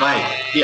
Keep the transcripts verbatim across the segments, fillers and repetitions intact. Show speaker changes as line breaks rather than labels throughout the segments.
Vai, via.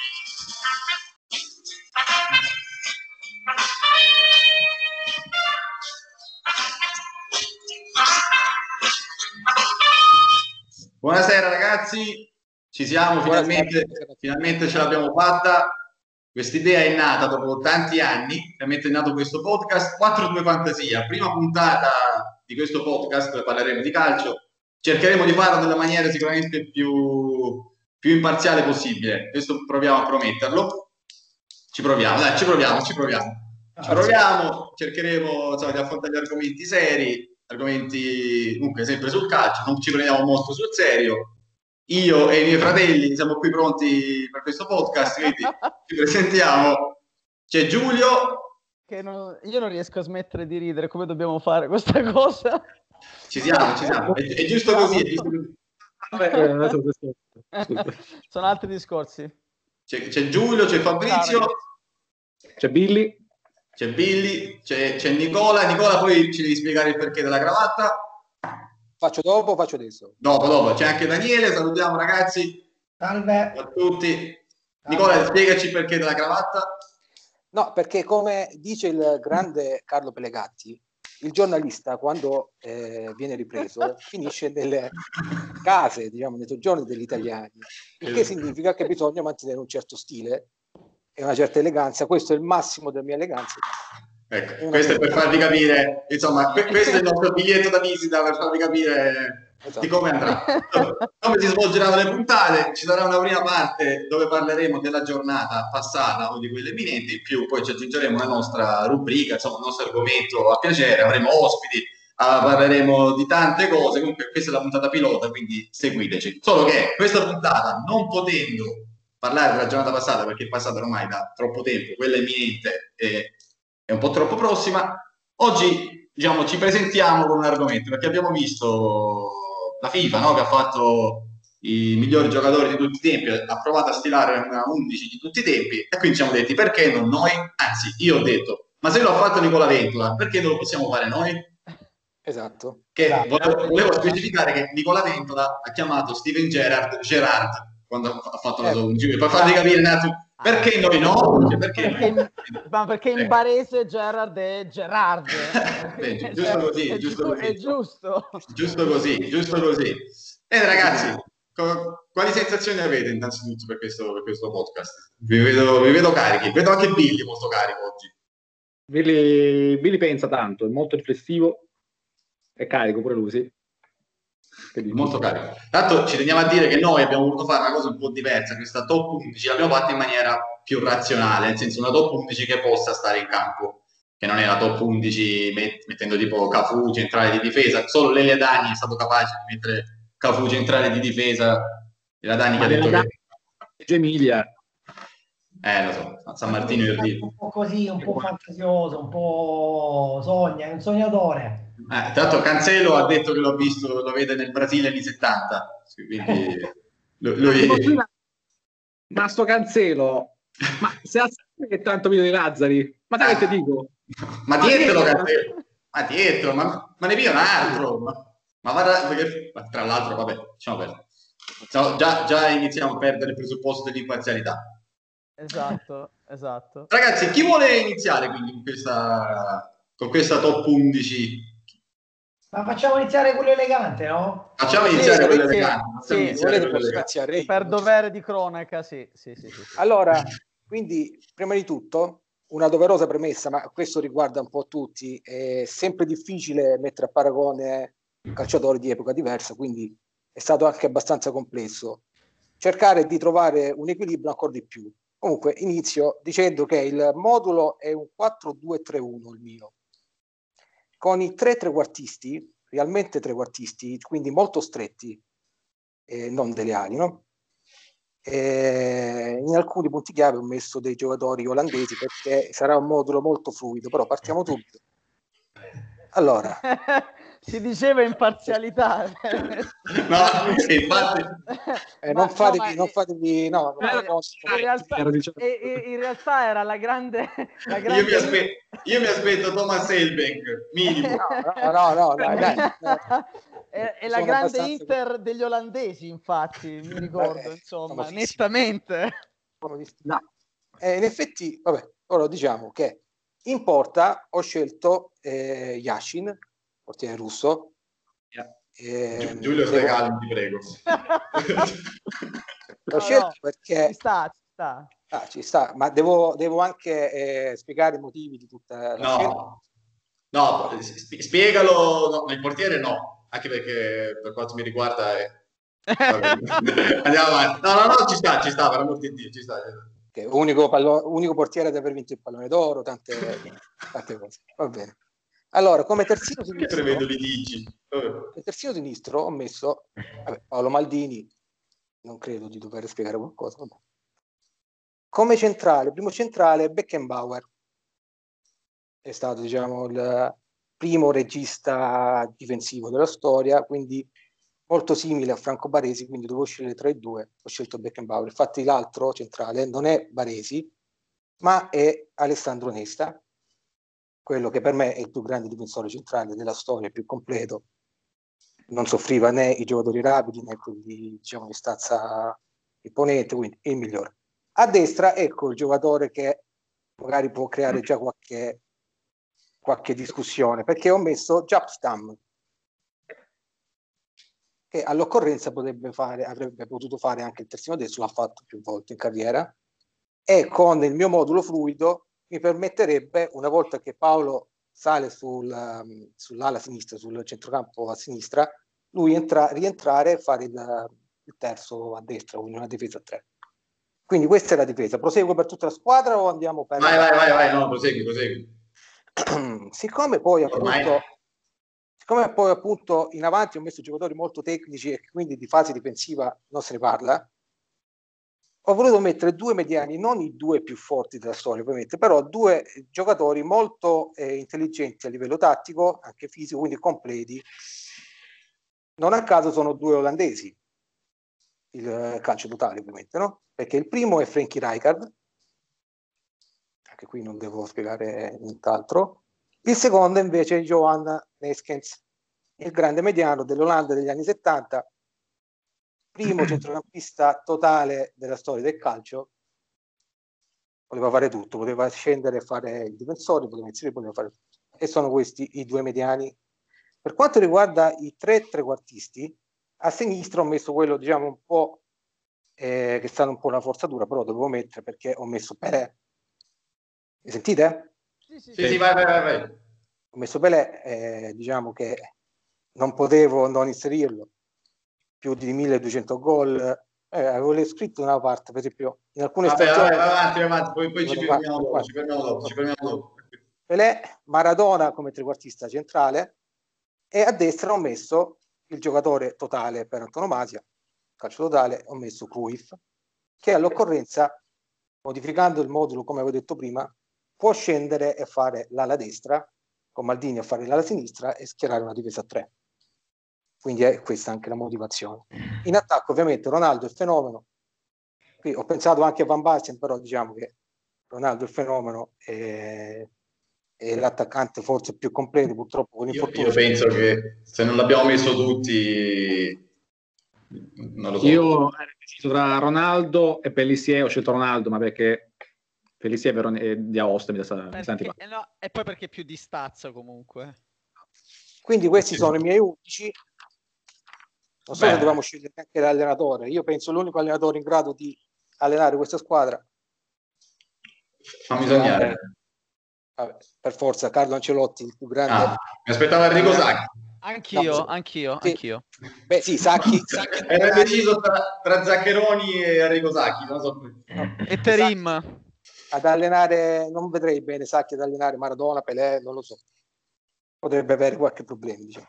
Buonasera ragazzi, ci siamo finalmente, finalmente ce l'abbiamo fatta. Quest'idea è nata dopo tanti anni, finalmente è nato questo podcast quattro due Fantasia, prima puntata di questo podcast dove parleremo di calcio. Cercheremo di farlo nella maniera sicuramente più, più imparziale possibile, questo proviamo a prometterlo. Ci proviamo, dai, ci proviamo, ci proviamo. Ci proviamo, cercheremo insomma, di affrontare argomenti seri, argomenti comunque sempre sul calcio, non ci prendiamo molto sul serio. Io e i miei fratelli siamo qui pronti per questo podcast, quindi ci presentiamo. C'è Giulio.
Che non, io non riesco a smettere di ridere, come dobbiamo fare questa cosa?
Ci siamo, ci siamo, è, è giusto così. È giusto così.
Sono altri discorsi.
C'è, c'è Giulio, c'è Fabrizio,
c'è Billy.
C'è Billy, c'è, c'è Nicola. Nicola, poi ci devi spiegare il perché della cravatta.
Faccio dopo o faccio adesso?
Dopo, dopo. C'è anche Daniele, salutiamo ragazzi.
Salve.
Ciao a tutti. Nicola, Salve. Spiegaci il perché della cravatta.
No, perché come dice il grande Carlo Pelegatti, il giornalista quando eh, viene ripreso finisce nelle case, diciamo, nei soggiorni degli italiani, il che significa che bisogna mantenere un certo stile e una certa eleganza. Questo è il massimo della mia eleganza.
Ecco, questo è per farvi capire, insomma, questo è il nostro biglietto da visita per farvi capire esatto. di come andrà. Come si svolgeranno le puntate, ci sarà una prima parte dove parleremo della giornata passata o di quelle imminenti, in più poi ci aggiungeremo la nostra rubrica, insomma, il nostro argomento a piacere, avremo ospiti, uh, parleremo di tante cose, comunque questa è la puntata pilota, quindi seguiteci. Solo che questa puntata, non potendo parlare della giornata passata, perché è passata ormai da troppo tempo, quella imminente e è un po' troppo prossima, oggi diciamo ci presentiamo con un argomento, perché abbiamo visto la FIFA, no, che ha fatto i migliori giocatori di tutti i tempi, ha provato a stilare una undici di tutti i tempi e quindi ci siamo detti perché non noi, anzi io ho detto ma se lo ha fatto Nicola Ventola perché non lo possiamo fare noi?
Esatto.
Che
esatto.
Volevo, volevo specificare che Nicola Ventola ha chiamato Steven Gerrard Gerrard quando ha fatto la sua undici, per farvi capire un attimo perché noi no? Cioè, perché,
perché, in, ma perché in
eh.
barese Gerard è Gerard.
Beh, gi- giusto così,
è,
giusto
giu-
così.
È giusto.
Giusto così, giusto così. E ragazzi, co- quali sensazioni avete innanzitutto per questo, per questo podcast? Vi vedo, vi vedo carichi, vedo anche Billy molto carico oggi.
Billy, Billy pensa tanto, è molto riflessivo, è carico pure lui, sì.
Molto carico. Tanto ci teniamo a dire che noi abbiamo voluto fare una cosa un po' diversa, questa top undici l'abbiamo fatta in maniera più razionale, nel senso una top undici che possa stare in campo, che non è la top undici met- mettendo tipo Cafu centrale di difesa, solo Lelia Dani è stato capace di mettere Cafu centrale di difesa, Lelia Dani che ha detto che...
Reggio Emilia.
Eh, lo so, a San Martino del Rio.
Un po' così, un po' fantasioso, un po' sogna, è un sognatore.
Eh, tra l'altro Cancelo ha detto che l'ho visto, lo vede nel Brasile anni settanta, quindi lui...
Ma sto Cancelo, ma se ha che tanto video di Lazzari, ma sai che ti dico?
Ma dietro Cancelo, ma dietro, ma, ma ne via un altro, ma, ma, vada, perché, ma tra l'altro vabbè, diciamo per, diciamo, già, già iniziamo a perdere il presupposto dell'imparzialità.
Esatto, esatto.
Ragazzi, chi vuole iniziare quindi con questa, con questa top undici?
Ma facciamo iniziare quello elegante, no?
Facciamo iniziare
sì,
quello
sì,
elegante.
sì,
iniziare
volete
quello
iniziare?
Per dovere di cronaca, sì, sì, sì, sì.
Allora, quindi, prima di tutto, una doverosa premessa, ma questo riguarda un po' tutti, è sempre difficile mettere a paragone calciatori di epoca diversa, quindi è stato anche abbastanza complesso cercare di trovare un equilibrio ancora di più. Comunque, inizio dicendo che il modulo è un quattro due tre uno il mio, con i tre trequartisti, realmente trequartisti, quindi molto stretti, eh, non delle ali, no? E in alcuni punti chiave ho messo dei giocatori olandesi perché sarà un modulo molto fluido, però partiamo subito. Allora,
si diceva imparzialità.
No, infatti...
Eh, non,
Ma,
fatevi,
no, ma,
non fatevi, no,
ma,
no,
in,
no,
realtà,
era, diciamo...
in, in realtà era la grande, la grande...
Io, mi aspe... io mi aspetto Thomas Helbeck, minimo.
No, no, no, no, dai, dai.
È, è la grande Inter degli olandesi, infatti, mi ricordo, Beh, insomma, nettamente.
No. Eh, in effetti, vabbè, ora diciamo che in porta ho scelto eh, Yashin, portiere russo.
Yeah.
Eh,
Giulio, stai devo... calmo, ti prego.
L'ho no, scelto no, perché...
Ci sta, ci sta.
Ah, ci sta, ma devo, devo anche eh, spiegare i motivi di tutta la
no.
scelta.
No, spiegalo, no, il portiere no, anche perché per quanto mi riguarda è... Andiamo avanti. No, no, no, ci sta, ci sta, per amor di Dio, ci sta.
Okay, unico, pallo... unico portiere ad aver vinto il pallone d'oro, tante, tante cose. Va bene. Allora, come terzino sinistro...
Prevedo litigi.
Come terzino sinistro ho messo vabbè, Paolo Maldini, non credo di dover spiegare qualcosa. Vabbè. Come centrale, primo centrale, Beckenbauer. È stato, diciamo, il primo regista difensivo della storia, quindi molto simile a Franco Baresi, quindi dovevo scegliere tra i due, ho scelto Beckenbauer. Infatti l'altro centrale non è Baresi, ma è Alessandro Nesta, quello che per me è il più grande difensore centrale della storia, il più completo. Non soffriva né i giocatori rapidi né quelli, diciamo, di stazza imponente, quindi è il migliore. A destra, ecco il giocatore che magari può creare già qualche, qualche discussione, perché ho messo Jaap Stam, che all'occorrenza potrebbe fare, avrebbe potuto fare anche il terzino destro, l'ha fatto più volte in carriera, e con il mio modulo fluido mi permetterebbe, una volta che Paolo sale sul, um, sull'ala sinistra, sul centrocampo a sinistra, lui entra, rientrare e fare il, il terzo a destra, quindi una difesa a tre. Quindi questa è la difesa. Proseguo per tutta la squadra o andiamo per...
Vai, vai, vai, vai, no, prosegui, prosegui.
Siccome poi appunto... Siccome poi appunto in avanti ho messo giocatori molto tecnici e quindi di fase difensiva non se ne parla, ho voluto mettere due mediani, non i due più forti della storia ovviamente, però due giocatori molto eh, intelligenti a livello tattico, anche fisico, quindi completi. Non a caso sono due olandesi, il calcio totale ovviamente, no? Perché il primo è Frankie Rijkaard, anche qui non devo spiegare nient'altro. Il secondo invece è Johan Neeskens, il grande mediano dell'Olanda degli anni settanta, primo centrocampista totale della storia del calcio. Poteva fare tutto, poteva scendere e fare il difensore, poteva iniziare, poteva fare tutto. E sono questi i due mediani. Per quanto riguarda i tre trequartisti, a sinistra ho messo quello, diciamo, un po' eh, che è stata un po' una forzatura, però dovevo mettere perché ho messo Pelé. Mi sentite?
Sì, sì,
sì, sì, vai, vai, vai, vai.
Ho messo Pelé, eh, diciamo che non potevo non inserirlo. Più di milleduecento gol. Eh, avevo scritto una parte, per esempio, in alcune
Vabbè,
stagioni...
vai avanti, vai avanti, poi, poi ci fermiamo dopo, ci fermiamo dopo, ci fermiamo dopo.
Pelé, Maradona come trequartista centrale, e a destra ho messo il giocatore totale per antonomasia, calcio totale, ho messo Cruyff, che all'occorrenza, modificando il modulo come avevo detto prima, può scendere e fare l'ala destra, con Maldini a fare l'ala sinistra e schierare una difesa a tre. Quindi è questa anche la motivazione. In attacco ovviamente Ronaldo è il fenomeno. Qui ho pensato anche a Van Basten, però diciamo che Ronaldo è il fenomeno e, e l'attaccante forse più completo, purtroppo con
io, io penso che se non l'abbiamo messo tutti non lo so.
Io ero deciso tra Ronaldo e Pellissier, ho scelto Ronaldo, ma perché Pellissier è di Aosta, mi sa
perché, no, e poi perché più di stazza comunque.
Quindi questi sono i miei undici. Non so Beh. se dobbiamo scegliere anche l'allenatore. Io penso l'unico allenatore in grado di allenare questa squadra.
Fammi sognare.
Vabbè, per forza, Carlo Ancelotti, il più grande.
Ah, mi aspettava Enrico Sacchi.
Anch'io,
no,
anch'io,
sì.
anch'io.
Beh sì, Sacchi. Sacchi
Era deciso tra, tra Zaccheroni e Enrico Sacchi. Non so.
No. E Terim.
Ad allenare, non vedrei bene Sacchi ad allenare Maradona, Pelé, non lo so. Potrebbe avere qualche problema, diciamo.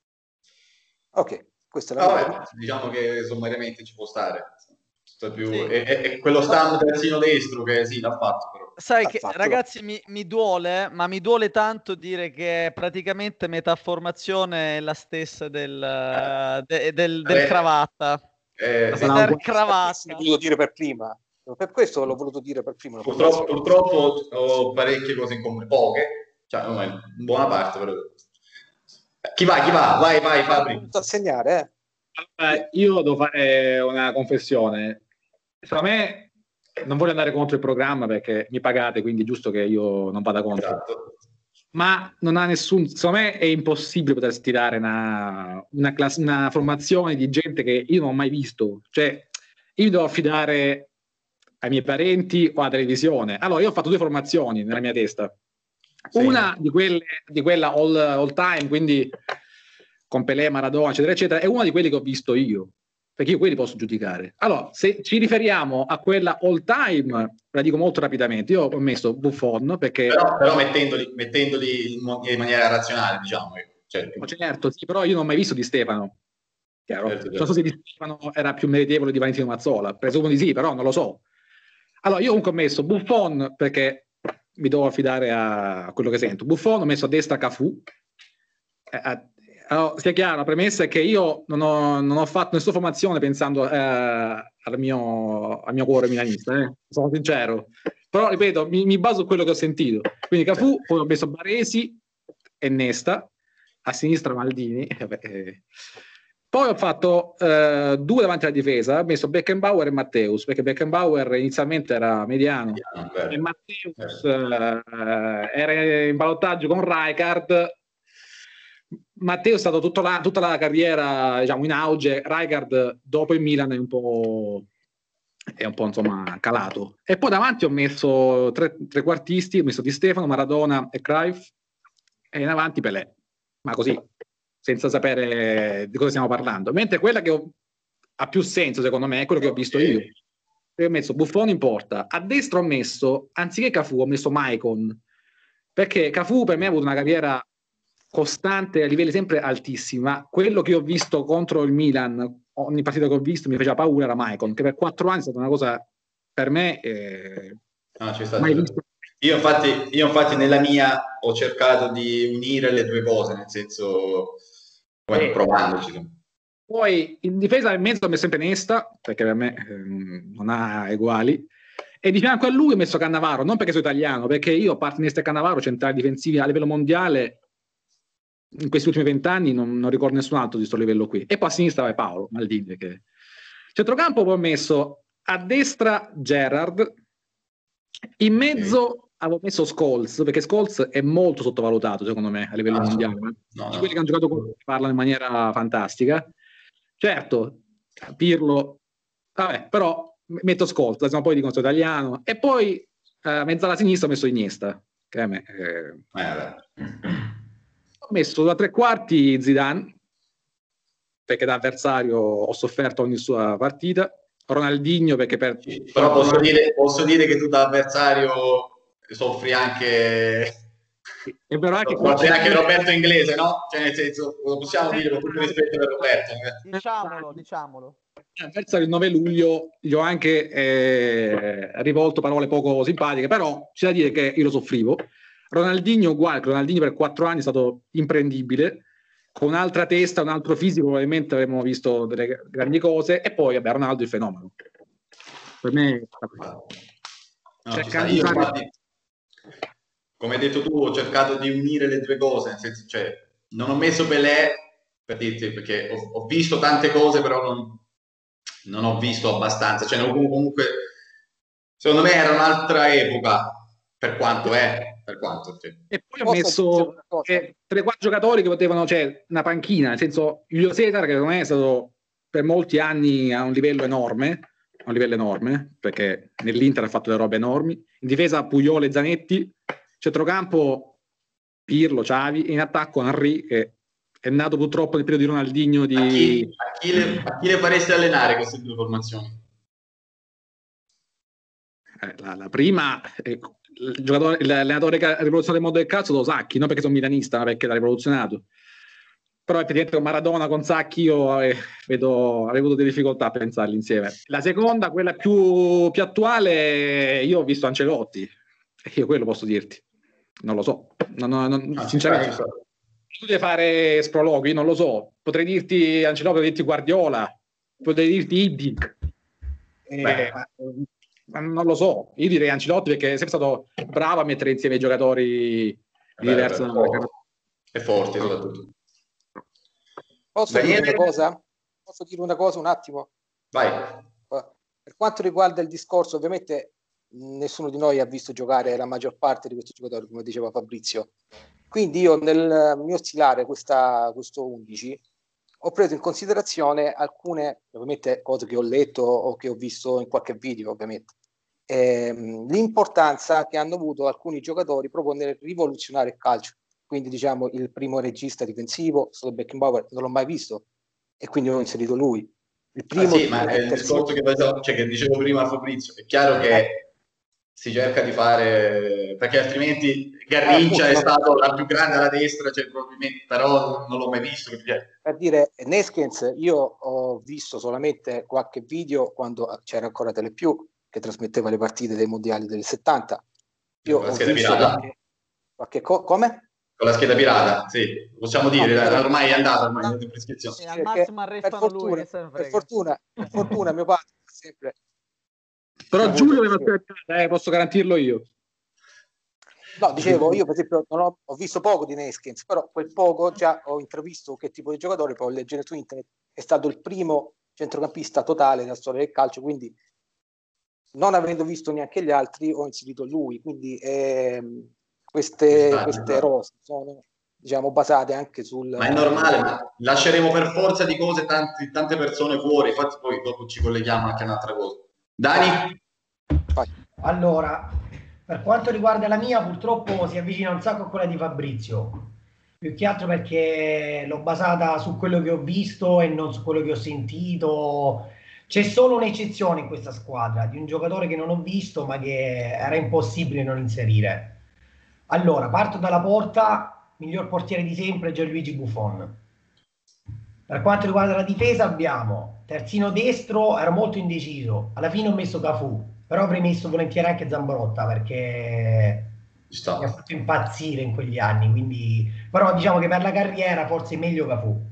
Ok. Questo è la
Vabbè, diciamo che sommariamente ci può stare. Più,
sì.
è, è, è quello stand terzino destro che sì, l'ha fatto però.
sai che fatto. Ragazzi mi, mi duole, ma mi duole tanto dire che praticamente metà formazione è la stessa del, eh. de, del, del cravatta.
Eh,
Mister Cravatta.
L'ho voluto dire per prima. Per questo l'ho voluto dire per prima.
Purtroppo, purtroppo ho parecchie cose in comune, poche, cioè no, in buona parte però. Chi va, chi va? Vai, vai Fabri.
A segnare, eh.
Allora, io devo fare una confessione. Secondo me non voglio andare contro il programma perché mi pagate, quindi è giusto che io non vada contro.
Esatto.
Ma non ha nessun, secondo me è impossibile poter stilare una, una, class, una formazione di gente che io non ho mai visto. Cioè, io mi devo affidare ai miei parenti o alla televisione. Allora, io ho fatto due formazioni nella mia testa. Sì. Una di quelle, di quella all, all time, quindi con Pelé, Maradona, eccetera, eccetera, e una di quelli che ho visto io, perché io quelli posso giudicare. Allora, se ci riferiamo a quella all time, la dico molto rapidamente, io ho messo Buffon perché...
Però, però mettendoli, mettendoli in maniera razionale, diciamo. Cioè,
no, certo, sì, però io non ho mai visto Di Stefano. Chiaro?
Certo, certo.
Non so se Di Stefano era più meritevole di Valentino Mazzola, presumo di sì, però non lo so. Allora, io comunque ho messo Buffon perché mi devo affidare a quello che sento. Buffon, ho messo a destra Cafù. Allora, sia chiaro, la premessa è che io non ho, non ho fatto nessuna formazione pensando eh, al, mio, al mio cuore milanista, eh. Sono sincero. Però, ripeto, mi, mi baso su quello che ho sentito. Quindi Cafù, poi ho messo Baresi e Nesta, a sinistra Maldini. Eh, Poi ho fatto eh, due davanti alla difesa, ho messo Beckenbauer e Matteus, perché Beckenbauer inizialmente era mediano
yeah,
e Matteus eh, era in ballottaggio con Rijkaard. Matteo è stato tutto la, tutta la carriera, diciamo, in auge. Rijkaard dopo il Milan è un po', è un po' insomma calato. E poi davanti ho messo tre trequartisti, ho messo Di Stefano, Maradona e Cruyff, e in avanti Pelé, ma così, senza sapere di cosa stiamo parlando. Mentre quella che ho, ha più senso secondo me è quello che ho visto io. Ho messo Buffon in porta, a destra ho messo, anziché Cafù, ho messo Maicon, perché Cafù per me ha avuto una carriera costante a livelli sempre altissimi, ma quello che ho visto contro il Milan, ogni partita che ho visto mi faceva paura, era Maicon, che per quattro anni è stata una cosa per me eh,
no, c'è stato. Io infatti, io infatti nella mia ho cercato di unire le due cose, nel senso eh, provandoci.
Poi in difesa in mezzo ho messo sempre Nesta, perché per me ehm, non ha uguali, e di fianco a lui ho messo Cannavaro, non perché sono italiano, perché io a parte Nesta e Cannavaro, centrali difensivi a livello mondiale, in questi ultimi vent'anni non, non ricordo nessun altro di questo livello qui. E poi a sinistra vai Paolo Maldini, che centrocampo poi ho messo a destra Gerrard, in mezzo okay. avevo messo Scholes, perché Scholes è molto sottovalutato secondo me a livello ah, mondiale, no, no. Di quelli che hanno giocato con lui parlano in maniera fantastica. Certo, Pirlo, vabbè, però metto Scholes, insomma, poi dicono sono italiano, e poi eh, mezzo alla sinistra ho messo Iniesta, che a me eh, ho messo da tre quarti Zidane, perché da avversario ho sofferto ogni sua partita, Ronaldinho perché per...
Sì, però posso dire, posso dire che tu da avversario soffri anche...
E però anche,
soffri anche Roberto Inglese, no? Cioè nel senso, lo possiamo dire con tutto il rispetto per Roberto.
Diciamolo, diciamolo.
Avversario il nove luglio gli ho anche eh, rivolto parole poco simpatiche, però c'è da dire che io lo soffrivo. Ronaldinho uguale, Ronaldinho per quattro anni è stato imprendibile, con un'altra testa, un altro fisico, probabilmente avremmo visto delle grandi cose, e poi vabbè, Ronaldo il fenomeno. Per me
no, sta, io, infatti, come hai detto tu, ho cercato di unire le due cose, nel senso, cioè, non ho messo Pelé per dirti, perché ho, ho visto tante cose, però non, non ho visto abbastanza, cioè comunque secondo me era un'altra epoca, per quanto è. Per quanto, sì.
E poi ho messo eh, tre quattro giocatori che potevano, cioè una panchina, nel senso Giulio Cesar, che secondo me è stato per molti anni a un livello enorme, a un livello enorme, perché nell'Inter ha fatto delle robe enormi, in difesa Puyol e Zanetti, centrocampo Pirlo, Xavi, e in attacco Henry, che è nato purtroppo nel periodo di Ronaldinho di...
A chi, a chi, le, a chi le faresti allenare queste due formazioni?
Eh, la, la prima... Eh, il giocatore, l'allenatore che ha rivoluzionato il mondo del calcio lo Sacchi, non perché sono milanista, ma perché l'ha rivoluzionato. Però effettivamente con Maradona, con Sacchi io eh, vedo, avrei avuto delle difficoltà a pensarli insieme. La seconda, quella più, più attuale, io ho visto Ancelotti, Io quello posso dirti. Non lo so. Non, non, non,
No,
sinceramente,
so.
tu devi fare sprologhi, non lo so. Potrei dirti Ancelotti, potrei dirti Guardiola, potrei dirti Iddic. Eh, ma non lo so. Io direi Ancelotti perché è sempre stato bravo a mettere insieme i giocatori di diversa...
E forti soprattutto.
Posso
Daniele?
dire una cosa? Posso dire una cosa un attimo?
Vai.
Per quanto riguarda il discorso, ovviamente nessuno di noi ha visto giocare la maggior parte di questi giocatori, come diceva Fabrizio. Quindi io nel mio stilare questa, questo undici ho preso in considerazione alcune, ovviamente, cose che ho letto o che ho visto in qualche video, ovviamente. Ehm, l'importanza che hanno avuto alcuni giocatori proprio nel rivoluzionare il calcio. Quindi, diciamo, il primo regista difensivo, stato Beckenbauer, non l'ho mai visto e quindi ho inserito lui. Il primo
ah, sì, ma è il discorso che, facevo, cioè, che dicevo prima a Fabrizio. È chiaro che si cerca di fare, perché altrimenti Garrincia eh, è stato la più grande alla destra, cioè, probabilmente, però non l'ho mai visto.
Per dire, Neskens, io ho visto solamente qualche video quando c'era ancora Telepiù, che trasmetteva le partite dei mondiali del settanta. Io
con la
ho
scheda
visto
pirata?
Qualche, qualche co- come?
Con la scheda pirata, sì, possiamo dire, no, però, ormai è andata, ormai
no,
è in prescrizione.
Sì, al massimo arrestano
per fortuna,
lui, che
per fortuna, per fortuna mio padre sempre...
Però Giulio aveva aspettato, eh, posso garantirlo io.
No, dicevo, io per esempio non ho, ho visto poco di Neskens, però quel poco già ho intravisto che tipo di giocatore, poi leggere su internet, è stato il primo centrocampista totale della storia del calcio, quindi non avendo visto neanche gli altri ho inserito lui, quindi ehm, queste,
Esatto,
queste
esatto.
rose sono, diciamo, basate anche sul...
Ma è normale, ma lasceremo per forza di cose tanti, tante persone fuori, infatti poi dopo ci colleghiamo anche a un'altra cosa. Dani?
Allora, per quanto riguarda la mia, purtroppo si avvicina un sacco a quella di Fabrizio, più che altro perché l'ho basata su quello che ho visto e non su quello che ho sentito. C'è solo un'eccezione in questa squadra, di un giocatore che non ho visto ma che era impossibile non inserire. Allora, parto dalla porta, miglior portiere di sempre Gianluigi Buffon. Per quanto riguarda la difesa abbiamo terzino destro, ero molto indeciso, alla fine ho messo Cafù, però avrei messo volentieri anche Zambrotta perché
Sta.
mi ha fatto impazzire in quegli anni, quindi... però diciamo che per la carriera forse è meglio Cafù.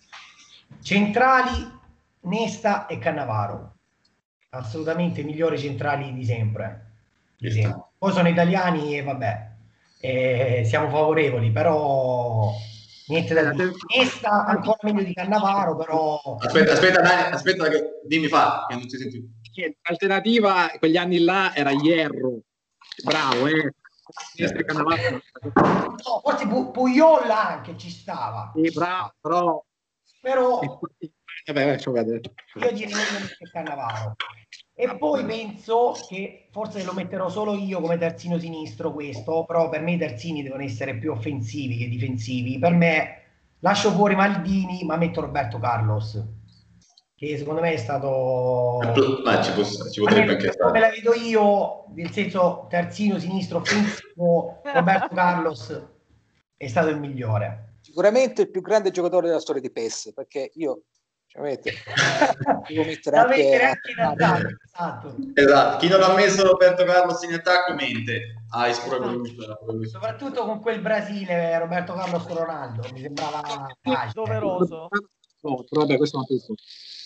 Centrali, Nesta e Cannavaro, assolutamente i migliori centrali di sempre, di sempre. Poi sono italiani e vabbè, eh, siamo favorevoli, però niente da dire. Nesta ancora meglio di Cannavaro, però...
Aspetta, aspetta, Dani, aspetta, che... dimmi fa, che non ti senti.
L'alternativa quegli anni là era Hierro, bravo, eh. Nesta e Cannavaro.
No, forse Pu- Puyol anche ci stava.
Sì, bravo, però...
Però
Vabbè, io
direi che Cannavaro. E poi penso che forse lo metterò solo io come terzino sinistro questo, però per me i terzini devono essere più offensivi che difensivi. Per me lascio fuori Maldini, ma metto Roberto Carlos, che secondo me è stato...
Ma ci, posso, ci potrebbe anche stare.
Come la vedo io, nel senso terzino sinistro offensivo, Roberto Carlos è stato il migliore.
Sicuramente il più grande giocatore della storia di P E S, perché io Mette. devo mettere anche,
anche in attacco, esatto.
Esatto, chi non ha messo Roberto Carlos in attacco mente. Ah, esatto.
Soprattutto con quel Brasile, Roberto Carlos con Ronaldo, mi sembrava facile.
Doveroso.
No, però vabbè, questo non è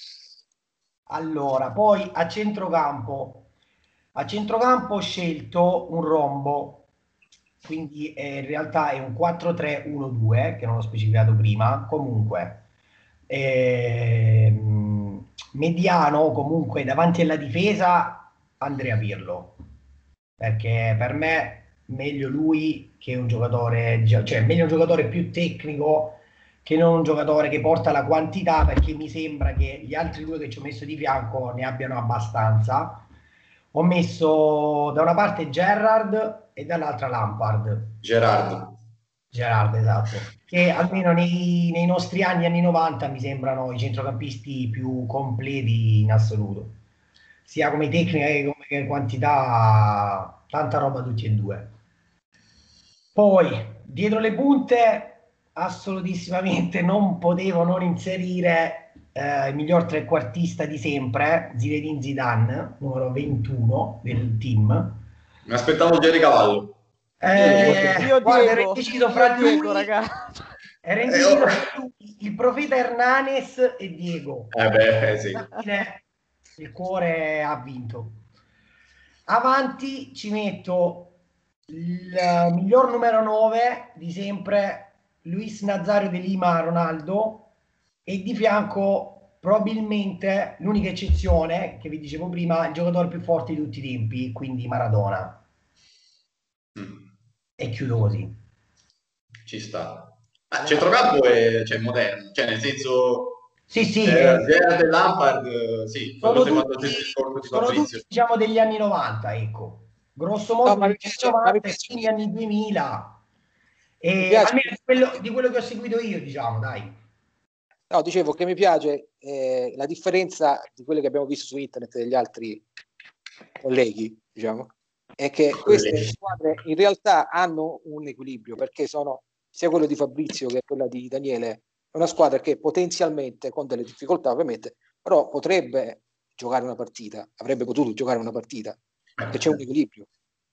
Allora, poi a centrocampo, a centrocampo ho scelto un rombo, quindi eh, in realtà è un quattro tre uno due, che non ho specificato prima, comunque. Ehm, mediano comunque davanti alla difesa Andrea Pirlo, perché per me meglio lui che un giocatore, cioè meglio un giocatore più tecnico che non un giocatore che porta la quantità, perché mi sembra che gli altri due che ci ho messo di fianco ne abbiano abbastanza. Ho messo da una parte Gerrard e dall'altra Lampard.
Gerrard.
Gerrard, esatto, che almeno nei, nei nostri anni, anni novanta, mi sembrano i centrocampisti più completi in assoluto, sia come tecnica che come quantità, tanta roba tutti e due. Poi, dietro le punte, assolutissimamente non potevo non inserire eh, il miglior trequartista di sempre, Zinedine Zidane, numero ventuno del team,
Mi aspettavo Jerry Cavallo.
Eh,
Io
guarda,
Diego,
ero indeciso fra
io Diego,
lui,
ragazzi.
era indeciso
Eh, oh.
fra lui, il profeta Hernanes e Diego.
Eh beh, sì.
Alla fine il cuore ha vinto. Avanti ci metto il miglior numero nove di sempre, Luis Nazario de Lima Ronaldo, e di fianco probabilmente l'unica eccezione che vi dicevo prima, il giocatore più forte di tutti i tempi, quindi Maradona.
Mm.
E chiudo così.
Ci sta. Ah, centrocampo è cioè, moderno, cioè nel senso
Sì, sì,
eh,
eh,
Gerrard e Lampard, eh, sì,
sono
forse quando
tutti,
c'è il discorso di
sono
Fabrizio.
tutti diciamo degli anni novanta, ecco. Grosso
No,
modo
ma
degli
mi piace,
anni
ma mi
novanta e
piace,
fine anni duemila.
mi
E
piace.
almeno di quello, di quello che ho seguito io, diciamo, dai.
No, dicevo che mi piace eh, la differenza di quelle che abbiamo visto su internet degli altri colleghi, diciamo, è che queste
Colleghi.
squadre in realtà hanno un equilibrio, perché sono sia quello di Fabrizio che quella di Daniele, è una squadra che potenzialmente, con delle difficoltà ovviamente, però potrebbe giocare una partita, avrebbe potuto giocare una partita, perché c'è un equilibrio.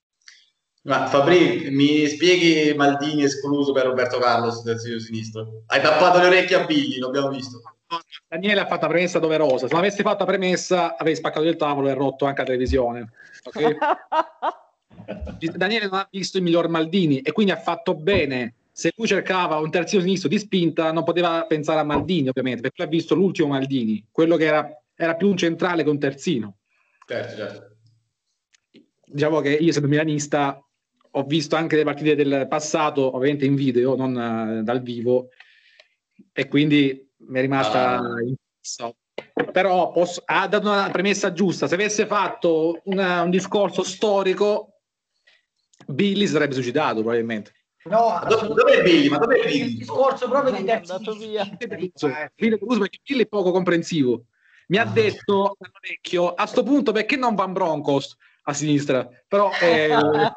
Ma Fabri, mi spieghi Maldini escluso per Roberto Carlos del sinistro? Hai tappato le orecchie a Billy, l'abbiamo visto.
Daniele ha fatto una premessa doverosa. Se non avessi fatto la premessa, avrei spaccato il tavolo e rotto anche la televisione. Okay? Daniele non ha visto il miglior Maldini e quindi ha fatto bene. Se lui cercava un terzino sinistro di spinta, non poteva pensare a Maldini, ovviamente, perché ha visto l'ultimo Maldini, quello che era, era più un centrale che un terzino.
Certo, certo.
Diciamo che io, essendo milanista, ho visto anche le partite del passato, ovviamente in video, non uh, dal vivo, e quindi mi è rimasta
Ah.
impressa. Però posso, ha dato una premessa giusta. Se avesse fatto una, un discorso storico, Billy si sarebbe suicidato probabilmente.
No,
Do- dov'è Billy? Ma dov'è Billy?
Il discorso proprio dei
È
terzi
andato
di
via.
spinta,
Billy,
eh.
Billy, perché Billy è poco comprensivo. Mi ha detto all'orecchio, a sto punto perché non Van Bronckhorst a sinistra? Però eh,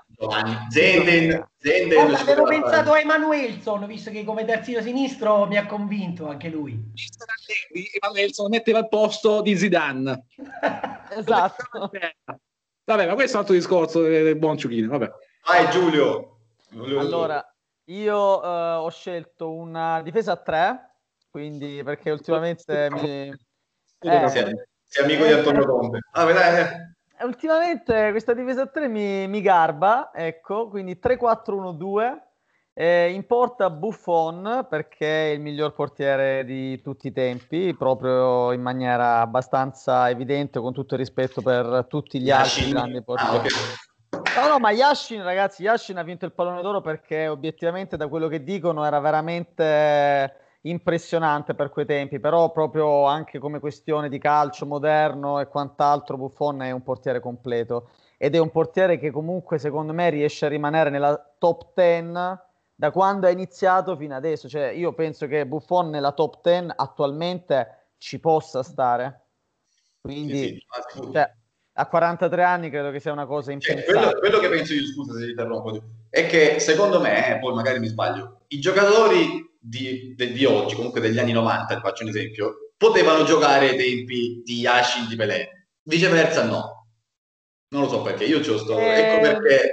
Zenden, Zenden
Guarda,
ci
avevo
poteva
pensato
fare.
a Emanuelson, visto che come terzino sinistro mi ha convinto anche lui.
Emanuelson metteva al posto di Zidane.
Esatto.
Vabbè, ma questo è un altro discorso del buon Ciuchino. Vabbè.
Vai Giulio.
Allora, io eh, ho scelto una difesa a tre, quindi perché ultimamente mi... Eh,
Sei, sei amico di Antonio Conte. Ah, dai, eh.
ultimamente questa difesa a tre mi, mi garba, ecco, quindi tre quattro uno due. Eh, in porta Buffon perché è il miglior portiere di tutti i tempi, proprio in maniera abbastanza evidente, con tutto il rispetto per tutti gli altri
Yashin.
grandi
Ah,
portieri.
ok.
No, no, ma Yashin, ragazzi, Yashin ha vinto il pallone d'oro perché obiettivamente da quello che dicono era veramente impressionante per quei tempi, però proprio anche come questione di calcio moderno e quant'altro Buffon è un portiere completo ed è un portiere che comunque secondo me riesce a rimanere nella top dieci da quando è iniziato fino adesso, cioè io penso che Buffon nella top dieci attualmente ci possa stare, quindi
Sì, sì, ah, sicuro.
cioè, a quarantatré anni credo che sia una cosa
Cioè,
impensabile.
quello, quello che penso io, scusa se ti interrompo, è che secondo me, eh, poi magari mi sbaglio, i giocatori di, de- di oggi, comunque degli anni novanta, ti faccio un esempio, potevano giocare ai tempi di Yashin, di Pelé, viceversa no. Non lo so perché, io c'ho sto...
Eh,
Ecco perché...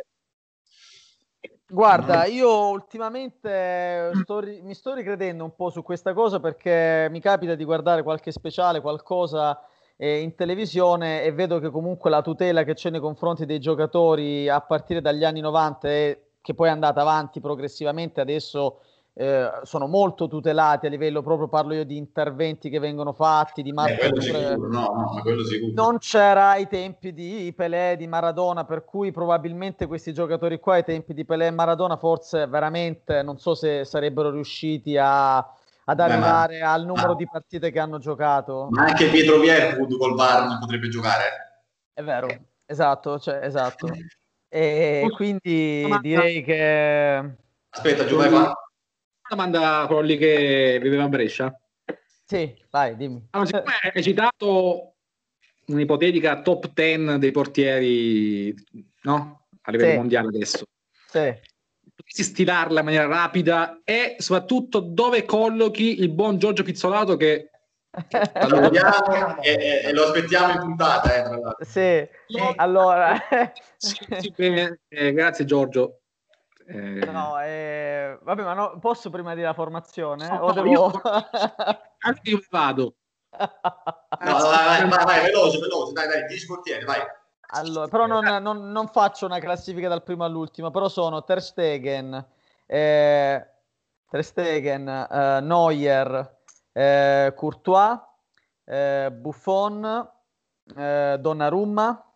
Guarda, io ultimamente sto ri- mi sto ricredendo un po' su questa cosa perché mi capita di guardare qualche speciale, qualcosa eh, in televisione e vedo che comunque la tutela che c'è nei confronti dei giocatori a partire dagli anni novanta e che poi è andata avanti progressivamente, adesso eh, sono molto tutelati a livello proprio, parlo io di interventi che vengono fatti, di
Eh, quello
marcature.
sicuro, no, no, ma quello sicuro.
Non c'era ai tempi di Pelé, di Maradona, per cui probabilmente questi giocatori qua ai tempi di Pelé e Maradona forse veramente non so se sarebbero riusciti a, ad
Beh,
arrivare
ma,
al numero
ma,
di partite che hanno giocato.
ma anche Pietro Vierwood col V A R non potrebbe giocare.
È vero, esatto, cioè, esatto. E quindi
Domanda,
direi che
Aspetta, Giù,
quello
vai
lì,
fa.
domanda a quello lì che viveva a Brescia.
sì, vai, dimmi.
Allora, siccome hai citato un'ipotetica top dieci dei portieri, no? A livello
Sì,
mondiale adesso.
sì.
Potresti stilarla in maniera rapida e soprattutto dove collochi il buon Giorgio Pizzolato che
salutiamo e, e, e lo aspettiamo in puntata, eh, tra l'altro.
Sì, allora
sì, sì, bene. Eh, grazie Giorgio.
Eh... No, eh... vabbè, ma no, posso prima dire la formazione?
No,
o
no,
devo...
io... Anche io vado.
No, no, vai, vai, vai, veloce, veloce, dai, dai, dieci portieri, vai.
Allora, però non, non, non faccio una classifica dal primo all'ultimo, però sono Ter Stegen, eh, Ter Stegen, eh, Neuer, eh, Courtois, eh, Buffon, eh, Donnarumma,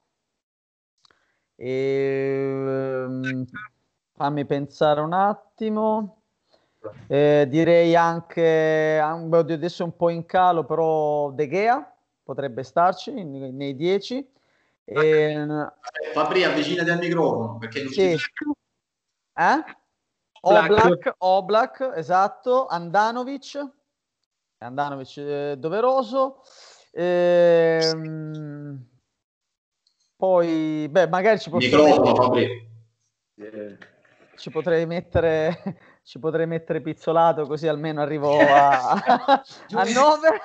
e, um, fammi pensare un attimo, eh, direi anche, adesso è un po' in calo, però De Gea potrebbe starci nei dieci. E...
Fabri, avvicinati al microfono perché non
sì. Eh? Oblak, Oblak, esatto, Andanovic, Andanovic eh, doveroso. Ehm... Poi, beh, magari ci posso
microfono,
mettere...
Fabri.
Ci potrei mettere ci potrei mettere Pizzolato, così almeno arrivo a, a nove.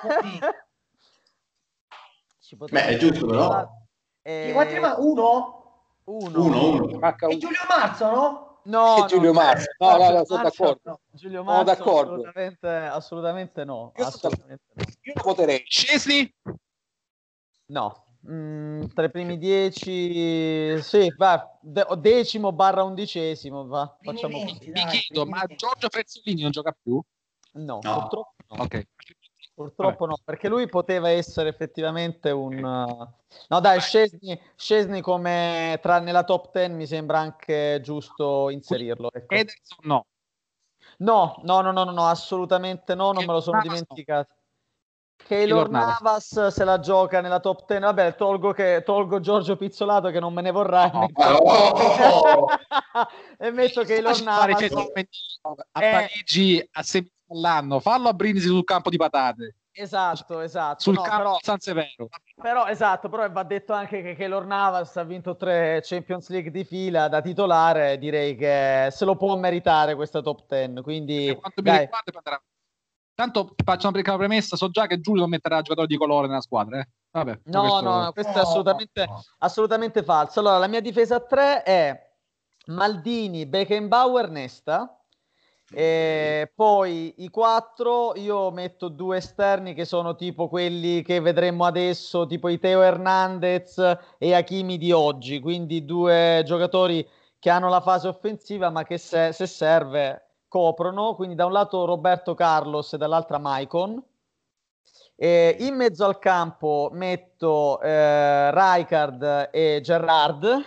Ci
Beh, è giusto però.
E... quanti ma uno?
Uno.
Uno, uno.
E Giulio Marzo, no?
No,
e Giulio
no,
Marzo. No, no, no, sono d'accordo.
No. Giulio Marzo,
sono d'accordo.
Assolutamente, assolutamente no.
Io,
assolutamente no.
Io lo voterei.
Scesi?
No. Mm, tra i primi dieci, sì, va, de- decimo barra undicesimo, va, facciamo così.
Mi chiedo, ma Giorgio Frezzolini non gioca più?
No,
no.
purtroppo no.
Ok.
Purtroppo Vabbè. no, perché lui poteva essere effettivamente un... No dai, Szczesny, Szczesny come tra nella top dieci mi sembra anche giusto inserirlo. Ecco.
Ederson no.
No, no, no, no, no, no, assolutamente no, non me lo sono dimenticato. Keylor Navas. Navas se la gioca nella top dieci, vabbè, tolgo, che, tolgo Giorgio Pizzolato che non me ne vorrà
no,
e, metto...
oh!
e metto Keylor Navas
a Parigi eh... a sei all'anno, fallo a Brindisi sul campo di patate.
Esatto, esatto.
Sul
no,
campo
però,
di San Severo.
Però, esatto, però va detto anche che Keylor Navas ha vinto tre Champions League di fila da titolare, direi che se lo può meritare questa top dieci, quindi...
Quanto mi riguarda, tanto faccio una piccola premessa, so già che Giulio non metterà giocatori di colore nella squadra. Eh? Vabbè,
no, questo... no, no, questo è assolutamente, assolutamente falso. Allora, la mia difesa a tre è Maldini, Beckenbauer, Nesta. E poi i quattro io metto due esterni che sono tipo quelli che vedremo adesso, tipo i Teo Hernandez e Hakimi di oggi, quindi due giocatori che hanno la fase offensiva ma che se, se serve coprono, quindi da un lato Roberto Carlos e dall'altra Maicon. E in mezzo al campo metto eh, Rijkaard e Gerrard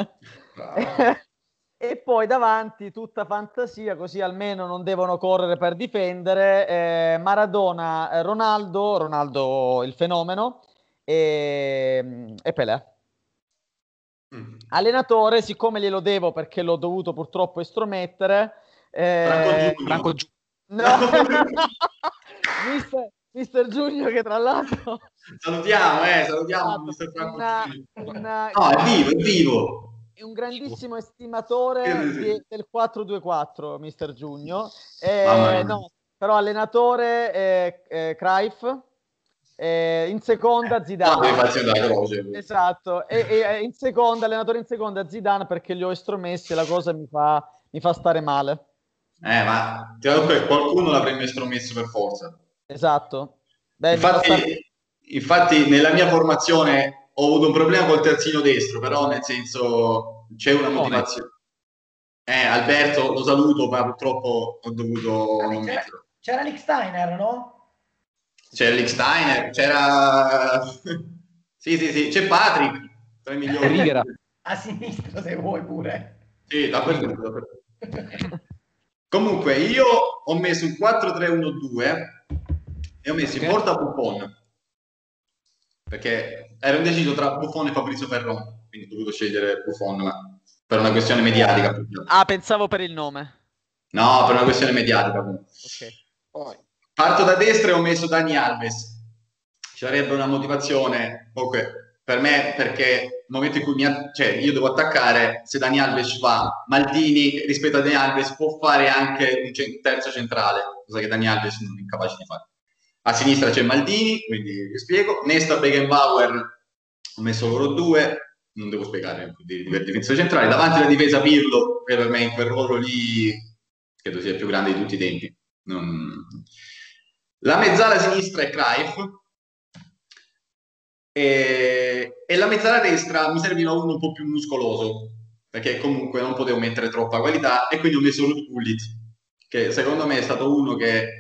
e poi davanti tutta fantasia, così almeno non devono correre per difendere, eh, Maradona, eh, Ronaldo, Ronaldo il fenomeno e, e Pelé. Mm. Allenatore, siccome glielo devo perché l'ho dovuto purtroppo estromettere, eh,
Franco Giugno.
No. mister, mister Giugno che tra l'altro
salutiamo, eh, salutiamo mister Franco
una,
Giugno.
Una...
No, è vivo, è vivo.
È un grandissimo estimatore di, del quattro due quattro, mister Giugno. Eh, no, però allenatore eh, eh, Cruyff, eh, in seconda Zidane.
Ah,
esatto, e, e in seconda, allenatore in seconda Zidane perché li ho estromessi e la cosa mi fa, mi fa stare male.
Eh, ma qualcuno l'avremmo estromesso per forza.
Esatto. Beh,
infatti,
stare...
infatti nella mia formazione ho avuto un problema col terzino destro, però nel senso c'è una motivazione. Eh, Alberto, lo saluto, ma purtroppo ho dovuto
ah,
non
c'era,
metterlo.
C'era Lichtsteiner, no?
C'era Lichtsteiner, c'era... sì, sì, sì, c'è Patrick, tre milioni.
A sinistra se vuoi pure.
Sì, dappertutto, dappertutto. Comunque, io ho messo un quattro tre uno due e ho messo in porta Buffon. Perché ero indeciso tra Buffon e Fabrizio Perron, quindi ho dovuto scegliere Buffon, ma per una questione mediatica.
Ah, pensavo per il nome.
No, per una questione mediatica.
Ok.
Poi, parto da destra e ho messo Dani Alves. Ci sarebbe una motivazione, comunque, per me, perché nel momento in cui mi, cioè, io devo attaccare, se Dani Alves va, Maldini rispetto a Dani Alves può fare anche un terzo centrale, cosa che Dani Alves non è capace di fare. A sinistra c'è Maldini, quindi vi spiego. Nesta, Beckenbauer, ho messo loro due, non devo spiegare di, di difensori centrali. Davanti la difesa Pirlo, che per me in quel ruolo lì credo sia il più grande di tutti i tempi. Non... La mezzala sinistra è Cruyff e, e la mezzala destra mi serviva uno un po' più muscoloso, perché comunque non potevo mettere troppa qualità, e quindi ho messo Ruud Gullit, che secondo me è stato uno che...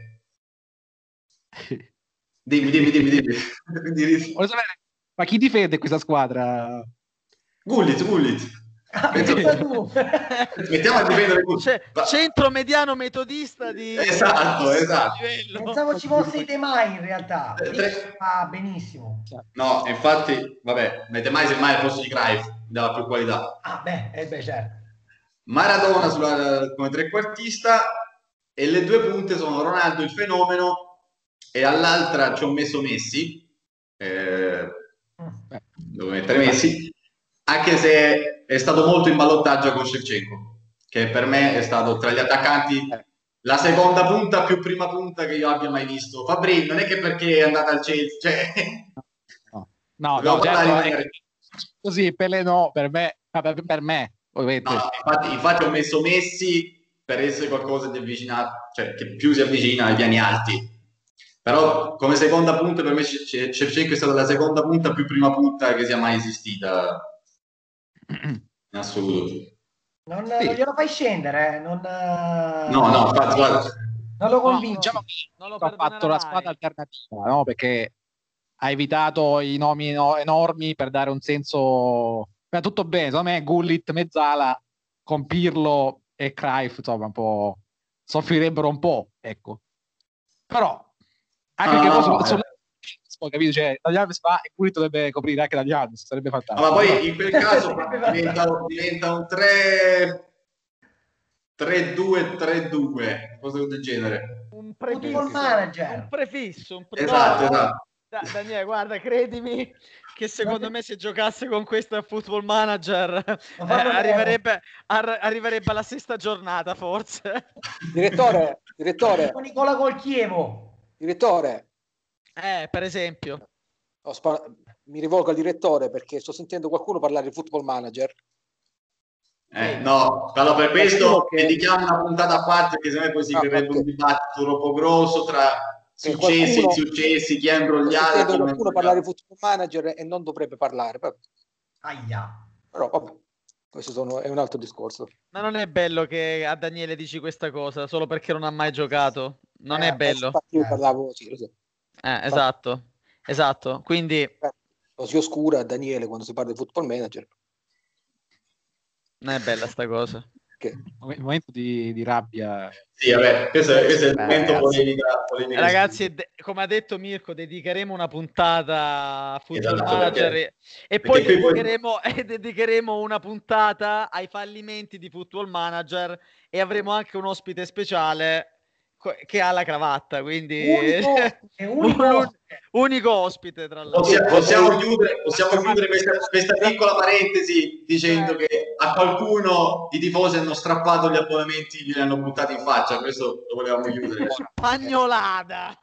Dimmi, dimmi, dimmi, dimmi.
Voglio sapere, ma chi difende questa squadra?
Gullit, Gullit.
Ah,
Penso...
tu.
Mettiamo a difendere
cioè, centro mediano metodista di...
Esatto, esatto.
Pensavo ci fosse De Mai in realtà.
Tre...
Ah, benissimo.
No, infatti, vabbè, mette mai se mai al posto di Cruyff, dava più qualità.
Ah, beh, eh beh, certo.
Maradona sulla, come trequartista, e le due punte sono Ronaldo il fenomeno, e all'altra ci ho messo Messi, eh, devo mettere Messi, anche se è stato molto in ballottaggio con Shevchenko, che per me è stato tra gli attaccanti la seconda punta più prima punta che io abbia mai visto. Fabri, non è che perché è andata al Chelsea, cioè...
no, no, no certo, è... così Pelé no, per me, per, per me ovviamente.
No, infatti, infatti ho messo Messi per essere qualcosa di avvicinato, cioè che più si avvicina ai piani alti. Però come seconda punta per me Shevchenko è stata la seconda punta più prima punta che sia mai esistita in assoluto.
Non, sì. non glielo fai scendere, eh? non,
no, no, infatti, guarda.
Non lo convinco.
No, diciamo che non lo ha fatto la squadra alternativa, no? Perché ha evitato i nomi no, enormi per dare un senso. Beh, tutto bene, secondo me Gullit, mezzala con Pirlo e Cruyff, insomma, un po' soffrirebbero un po', ecco. Però anche
ah,
che
no,
poi
no,
sul, sul, capito? Cioè, Dani Alves va e Gullit dovrebbe coprire anche Dani Alves, sarebbe fantastico.
Ma poi in quel caso diventa, diventa un tre due tre due, cosa del genere.
Un prefisso, un prefisso, un prefisso.
Esatto, esatto.
Da, Daniele, guarda, credimi che secondo me se giocasse con questo a Football Manager eh, arriverebbe, ar- arriverebbe alla sesta giornata forse.
Direttore, direttore.
Nicola col Chievo.
Direttore.
Eh, per esempio.
Oh, spa- mi rivolgo al direttore perché sto sentendo qualcuno parlare di Football Manager.
Eh, no, allora per questo
che...
dedichiamo una puntata a parte, che se no poi si creerebbe ah, okay. un dibattito troppo grosso tra successi e insuccessi, chi ha imbrogliato.
Sto qualcuno parlare di Football Manager e non dovrebbe parlare.
Aia.
Però vabbè, questo sono, è un altro discorso.
Ma non è bello che a Daniele dici questa cosa solo perché non ha mai giocato. Non
eh,
è bello.
Io parlavo, sì, lo so.
Eh, esatto, esatto. Quindi
lo si oscura a Daniele quando si parla di Football Manager.
Non è bella sta cosa.
Che un momento di, di rabbia.
Sì, vabbè, questo è, questo è il momento polemica, polemica.
Ragazzi, de- come ha detto Mirko, dedicheremo una puntata a Football
esatto,
Manager
perché,
e poi dedicheremo, poi e dedicheremo una puntata ai fallimenti di Football Manager e avremo anche un ospite speciale che ha la cravatta, quindi
unico, è unico.
unico ospite tra l'altro.
Possiamo, possiamo chiudere, possiamo chiudere questa, questa piccola parentesi dicendo eh. che a qualcuno i tifosi hanno strappato gli abbonamenti, li hanno buttati in faccia, questo lo volevamo chiudere.
Spagnolata!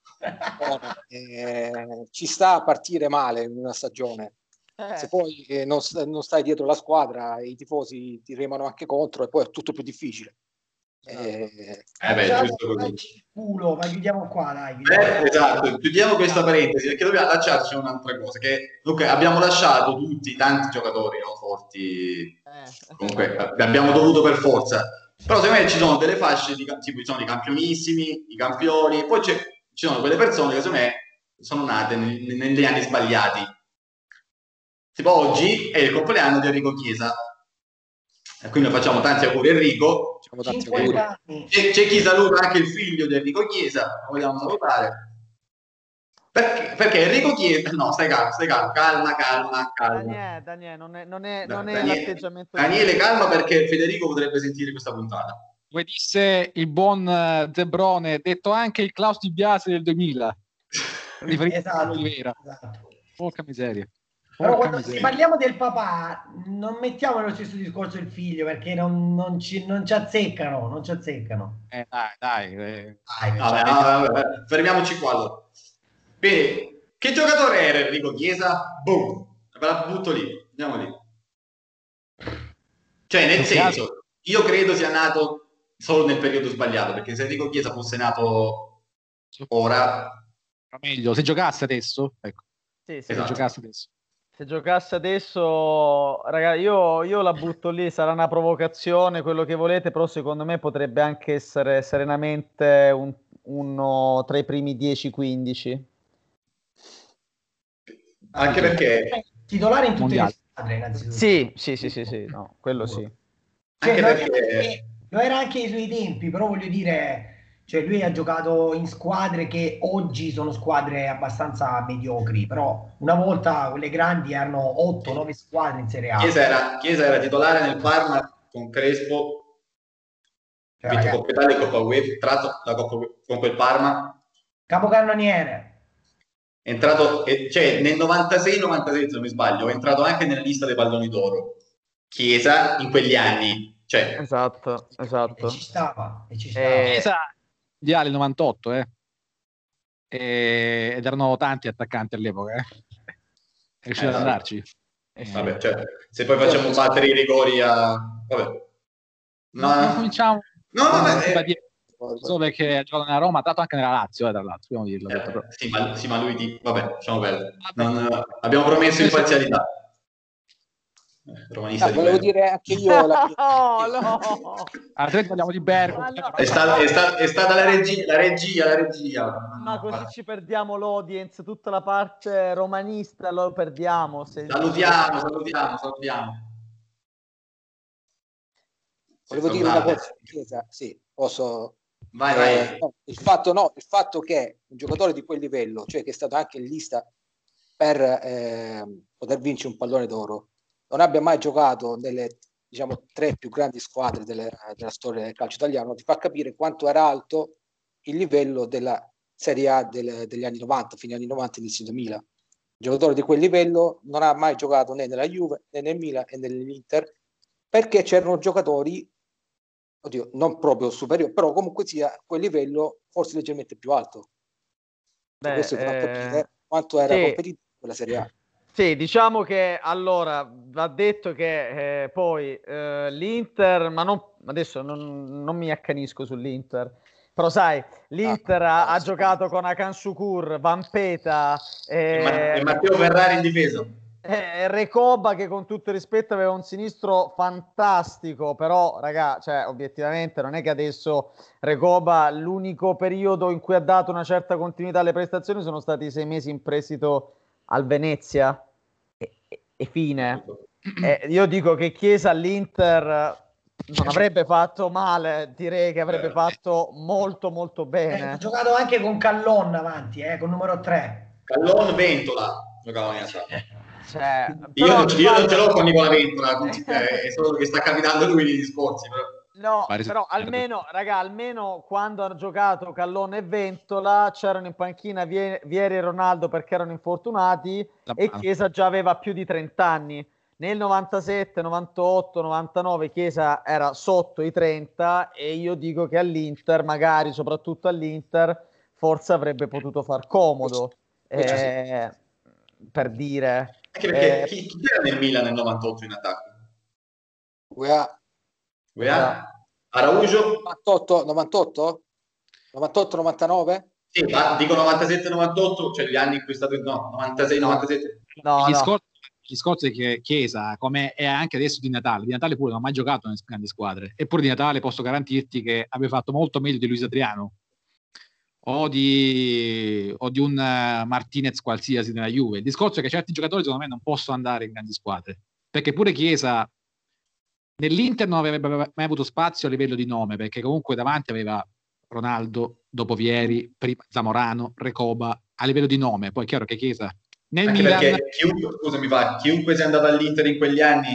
Eh, ci sta a partire male in una stagione. Eh. Se poi eh, non, non stai dietro la squadra, i tifosi ti remano anche contro e poi è tutto più difficile.
Eh, eh beh, giusto così.
Culo, ma chiudiamo qua, dai. Chiudiamo.
Eh, esatto, chiudiamo questa parentesi perché dobbiamo lasciarci un'altra cosa. Che okay, abbiamo lasciato tutti tanti giocatori no, forti, eh. comunque abbiamo dovuto per forza. Però secondo me ci sono delle fasce di tipo ci sono i campionissimi, i campioni, poi c'è, ci sono quelle persone che secondo me sono nate negli, negli anni sbagliati. Tipo oggi è il compleanno di Enrico Chiesa. E quindi facciamo tanti auguri Enrico. Tanti auguri. C'è, c'è chi saluta anche il figlio di Enrico Chiesa, lo vogliamo salutare. Perché, perché Enrico Chiesa, no, stai calmo, stai calmo, calma, calma, calma.
Daniele, Daniele non è, non è, non è
Daniele,
l'atteggiamento.
Daniele, calma perché Federico potrebbe sentire questa puntata.
Come disse il buon Zebrone, detto anche il Klaus Di Biase del duemila. Riferito
esatto,
a Oliveira.
Esatto.
Porca miseria.
Però quando se parliamo del papà non mettiamo nello stesso discorso il figlio perché non, non, ci, non ci azzeccano, non ci azzeccano.
Eh, dai, dai. Eh.
Dai,
Vabbè, vabbè, vabbè, fermiamoci qua allora. Bene, che giocatore era Enrico Chiesa? Boom, ve la butto lì, andiamo lì. Cioè, nel senso, io credo sia nato solo nel periodo sbagliato, perché se Enrico Chiesa fosse nato ora...
Meglio, se giocasse adesso, ecco.
Sì, sì.
Se
Esatto.
giocasse adesso.
Se giocasse adesso, raga, io, io la butto lì, sarà una provocazione, quello che volete, però secondo me potrebbe anche essere serenamente un, uno tra i primi dieci quindici.
Anche perché...
Titolare in tutte
Mondiale.
le squadre, innanzitutto.
Sì, sì, sì, sì, sì, no, quello sì.
Cioè,
Anche
lo,
perché...
era anche, lo era anche ai suoi tempi, però voglio dire... Cioè lui ha giocato in squadre che oggi sono squadre abbastanza mediocri, però una volta quelle grandi erano otto nove squadre in Serie A.
Chiesa era, Chiesa era titolare nel Parma con Crespo,
Cioè,
vinto
ragazzi,
Coppa Italia e Coppa UEFA, tratto la Coppa con quel Parma,
capocannoniere.
è entrato, eh, cioè nel novantasei novantasette se non mi sbaglio, è entrato anche nella lista dei palloni d'oro. Chiesa in quegli anni, cioè...
Esatto, esatto.
E ci stava, e ci stava.
Eh,
Chiesa mondiale novantotto, eh. E, ed erano tanti attaccanti all'epoca, eh. È riuscito
Eh,
ad
sì.
andarci.
eh, sì.
Vabbè, cioè, se poi facciamo battere i rigori a... Vabbè.
No, non cominciamo.
No, vabbè, eh,
solo perché ha giocato nella Roma, ha dato anche nella Lazio, eh, tra l'altro, dobbiamo dirlo.
eh,
detto, però.
sì, ma, sì, ma lui di... Vabbè, lasciamo perdere. Non, abbiamo promesso imparzialità. Eh, romanista
Ah,
di
volevo
quello.
dire anche io la mia...
No, no.
Altrimenti parliamo di Bergo.
Ma no.
È, sta- è sta- è stata la regia, la regia, la regia.
Ma così ci perdiamo l'audience, tutta la parte romanista lo perdiamo. Se...
Salutiamo, salutiamo, salutiamo.
Volevo dire una cosa su Chiesa, sì, posso...
Vai,
eh,
vai.
no, il fatto no, il fatto che un giocatore di quel livello, cioè che è stato anche in lista per eh, poter vincere un pallone d'oro, non abbia mai giocato nelle, diciamo, tre più grandi squadre delle, della storia del calcio italiano, ti fa capire quanto era alto il livello della Serie A del, degli anni novanta, fine anni novanta, inizio duemila. Un giocatore di quel livello non ha mai giocato né nella Juve, né nel Milan, né nell'Inter, perché c'erano giocatori, oddio, non proprio superiori, però comunque sia a quel livello forse leggermente più alto.
Beh,
questo ti fa
eh,
capire quanto era
sì.
competitivo la Serie A.
Sì, diciamo che allora va detto che eh, poi eh, l'Inter, ma non, adesso non, non mi accanisco sull'Inter, però sai, l'Inter
Ah,
ha, ha
sì.
giocato con Hakan Şükür, Vampeta
E, Ma-
eh,
e Matteo Ferrari in difesa.
eh, Recoba che con tutto il rispetto aveva un sinistro fantastico, però raga, cioè, obiettivamente non è che adesso Recoba l'unico periodo in cui ha dato una certa continuità alle prestazioni sono stati i sei mesi in prestito al Venezia e, e, e fine. Eh, io dico che Chiesa all'Inter non avrebbe fatto male, direi che avrebbe fatto molto molto
Eh,
bene.
ho giocato anche con Callon avanti, eh, con numero tre.
Callon Ventola giocava in realtà.
Cioè,
Io,
però,
non, io non ce
guarda-
l'ho con Nicola Ventola, è solo che sta capitando lui negli discorsi. Però.
No,
Pare-
però almeno, raga, almeno quando hanno giocato Callone e Ventola c'erano in panchina Vie- Vieri e Ronaldo perché erano infortunati
La
e
mano.
Chiesa già aveva più di trenta anni. Nel novantasette, novantotto, novantanove Chiesa era sotto i trenta e io dico che all'Inter, magari soprattutto all'Inter, forse avrebbe potuto far comodo,
Questo sì.
eh, per dire.
Anche perché
Eh,
chi, chi era nel Milan nel novantotto in attacco?
U E A
U E A? Araujo?
novantotto novantotto novantotto novantanove
Sì, ma dico novantasette novantotto, cioè gli anni in cui è stato no, novantasei novantasette.
no,
il,
no.
discorso, il discorso è che Chiesa, come è anche adesso di Natale, di Natale pure non ha mai giocato nelle grandi squadre, eppure di Natale posso garantirti che aveva fatto molto meglio di Luis Adriano o di, o di un uh, Martinez qualsiasi nella Juve. Il discorso è che certi giocatori secondo me non possono andare in grandi squadre, perché pure Chiesa nell'Inter non avrebbe mai avuto spazio a livello di nome, perché comunque davanti aveva Ronaldo, dopo Vieri, prima Zamorano, Recoba, a livello di nome. Poi è chiaro che Chiesa nel
Anche
Milan...
perché chiunque, scusami, fa, chiunque sia andato all'Inter in quegli anni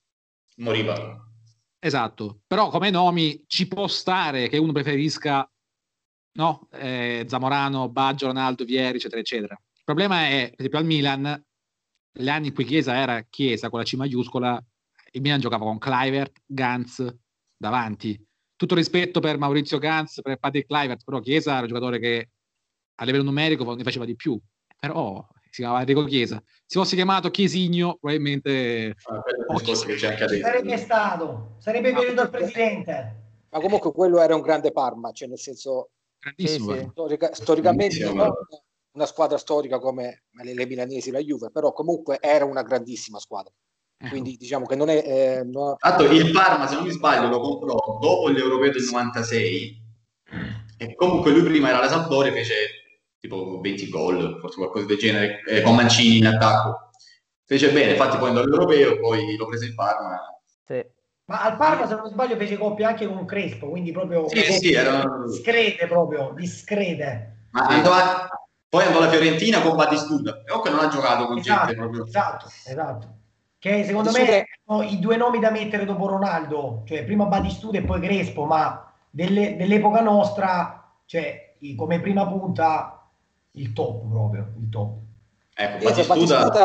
moriva.
Esatto, però come nomi ci può stare che uno preferisca no? eh, Zamorano, Baggio, Ronaldo, Vieri, eccetera, eccetera. Il problema è, per esempio, al Milan, gli anni in cui Chiesa era Chiesa con la C maiuscola, il Milan giocava con Kluivert, Gans davanti. Tutto rispetto per Maurizio Gans, per Patrick Kluivert, però Chiesa era un giocatore che a livello numerico ne faceva di più, però si chiamava Enrico Chiesa. Se fosse chiamato Chiesigno, probabilmente
ah, che c'è anche
sarebbe stato, sarebbe venuto il presidente.
Ma comunque quello era un grande Parma, cioè nel senso
grandissimo,
sì,
storica, storicamente non una squadra storica come le, le milanesi, la Juve, però comunque era una grandissima squadra. Quindi diciamo che non è eh, no...
Tanto il Parma, se non mi sbaglio, lo comprò dopo l'Europeo del novantasei e comunque lui prima era la Sampdoria, fece tipo venti gol, forse qualcosa del genere, eh, con Mancini in attacco. Fece bene, infatti poi andò all'Europeo, poi lo prese il Parma.
Sì. Ma al Parma, se non sbaglio, fece coppia anche con Crespo, quindi proprio
sì, sì, era...
discrete proprio, discrete.
Ma andò a... poi andò alla Fiorentina con Batistuta, comunque non ha giocato con
esatto,
gente proprio...
Esatto, esatto. Che secondo me sono i due nomi da mettere dopo Ronaldo, cioè prima Batistuta e poi Crespo, ma delle, dell'epoca nostra, cioè come prima punta il top proprio, il top.
Ecco, Batistuta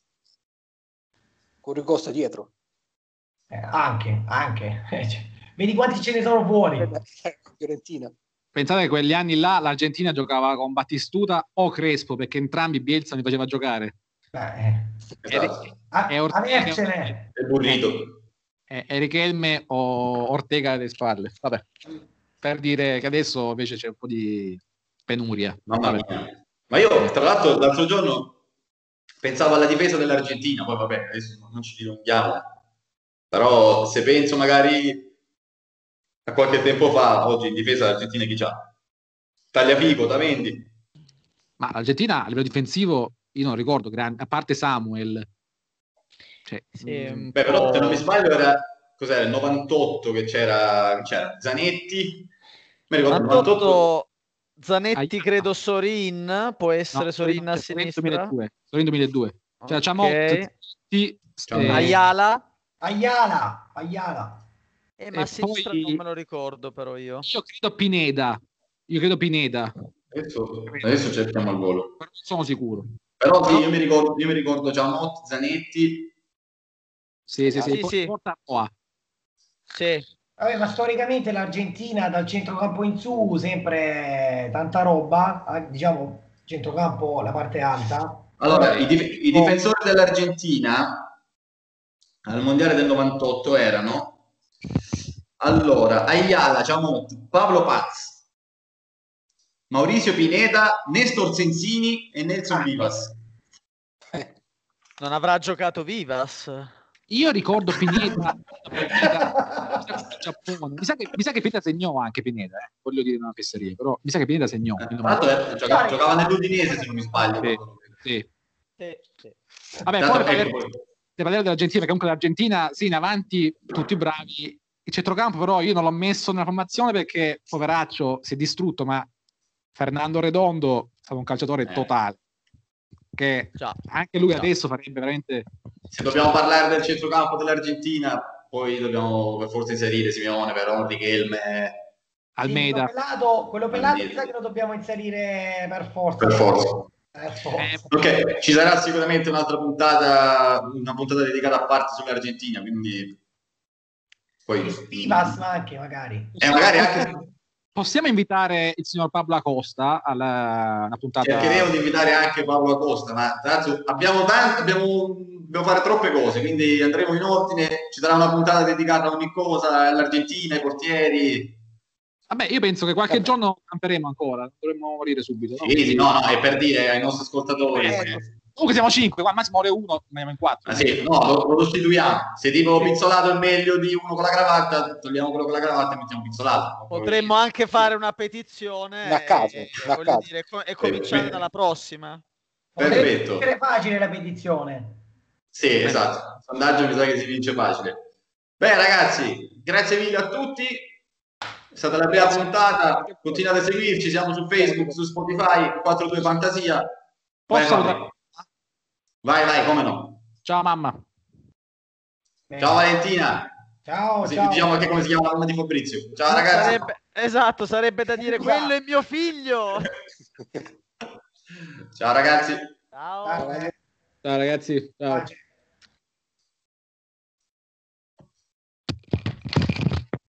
con Ricosta dietro.
Eh, anche, anche. Vedi quanti ce ne sono fuori.
Fiorentina.
Pensate che quegli anni là l'Argentina giocava con Battistuta o Crespo, perché entrambi Bielsa li faceva giocare.
Beh,
esatto.
E
Avercene.
È burrito.
E Richelme o Ortega alle spalle. Vabbè. Per dire che adesso invece c'è un po' di penuria.
Mamma mia. Ma io, tra l'altro, l'altro giorno pensavo alla difesa dell'Argentina, poi vabbè, adesso non ci dilunghiamo. Però se penso magari a qualche tempo fa, oggi in difesa l'Argentina chi c'ha? Tagliafico, Tamendi.
Ma l'Argentina a livello difensivo io non ricordo, a parte Samuel. Cioè,
sì,
mh, beh, però se non mi sbaglio era cos'era il novantotto che c'era, c'era Zanetti. Mi ricordo il novantotto.
Zanetti, credo Sorin, può essere no, Sorin a sinistra.
duemiladue. Sorin duemiladue. Cioè, facciamo
okay.
sì,
eh, Ayala.
Ayala, Ayala.
Eh, ma a sinistra poi... non me lo ricordo però io.
Io credo Pineda. Io credo Pineda.
Adesso, adesso cerchiamo al volo.
Però non sono sicuro.
Però sì, io mi ricordo, io mi ricordo Giannotti, Zanetti.
Sì, sì,
ah,
sì.
sì, sì. Sì.
Vabbè, ma storicamente l'Argentina dal centrocampo in su sempre tanta roba, diciamo centrocampo la parte alta.
Allora, i, dif- i difensori dell'Argentina al mondiale del novantotto erano allora Ayala, Giamot, Pablo Paz, Mauricio Pineda, Nestor Sensini e Nelson ah. Vivas.
Non avrà giocato Vivas?
Io ricordo Pineda, Giappone. Mi sa che, mi sa che Pineda segnò anche Pineda, eh. Voglio dire una fesseria, però mi sa che Pineda segnò.
Eh, allora, giocava, giocava nell'Udinese se non mi sbaglio.
Sì,
sì. sì, sì.
Vabbè, poi parliamo dell'Argentina, perché comunque l'Argentina, sì, in avanti, tutti bravi. Il centrocampo però io non l'ho messo nella formazione perché, poveraccio, si è distrutto, ma Fernando Redondo è stato un calciatore eh. totale. Che già, anche lui già. Adesso farebbe veramente...
Se dobbiamo parlare del centrocampo dell'Argentina, poi dobbiamo per forza inserire Simeone, Veron, Richelme,
Almeida.
Sì, quello pelato, quello pelato mi sa che lo dobbiamo inserire per forza.
Per forza.
Per forza.
Eh,
ok, ci sarà sicuramente un'altra puntata, una puntata dedicata a parte sull'Argentina, quindi poi
Vivas anche magari.
E eh, magari anche
possiamo invitare il signor Pablo Acosta alla una puntata.
Cercheremo di invitare anche Pablo Acosta, ma tra l'altro abbiamo tanto, abbiamo, dobbiamo fare troppe cose, quindi andremo in ordine, ci sarà una puntata dedicata a ogni cosa, all'Argentina, ai portieri.
Vabbè, io penso che qualche Vabbè. giorno camperemo ancora, dovremmo morire subito. No?
Sì, sì, no, no, è per dire ai nostri ascoltatori.
Eh, che... Comunque siamo cinque, qua massimo ore uno, andiamo in quattro.
Ah, sì, no, lo, lo sostituiamo. Se tipo pizzolato è meglio di uno con la cravatta, togliamo quello con la cravatta e mettiamo pizzolato.
Potremmo anche fare una petizione
da caso,
e,
da
voglio
caso.
dire, e cominciare dalla prossima.
Perfetto.
È facile la petizione.
Sì, Beh. esatto. Il sondaggio mi sa che si vince facile. Beh, ragazzi, grazie mille a tutti. È stata la prima puntata. Continuate a seguirci, siamo su Facebook, su Spotify, quattro due Fantasia. Vai, vai. Vai, vai, come no.
Ciao mamma.
Bene. Ciao Valentina.
Ciao,
Così
ciao.
Diciamo anche come si chiama la mamma di Fabrizio. Ciao ragazzi.
Sarebbe, esatto, sarebbe da dire quello è mio figlio.
Ciao ragazzi.
Ciao.
Ciao,
ciao ragazzi. Ciao.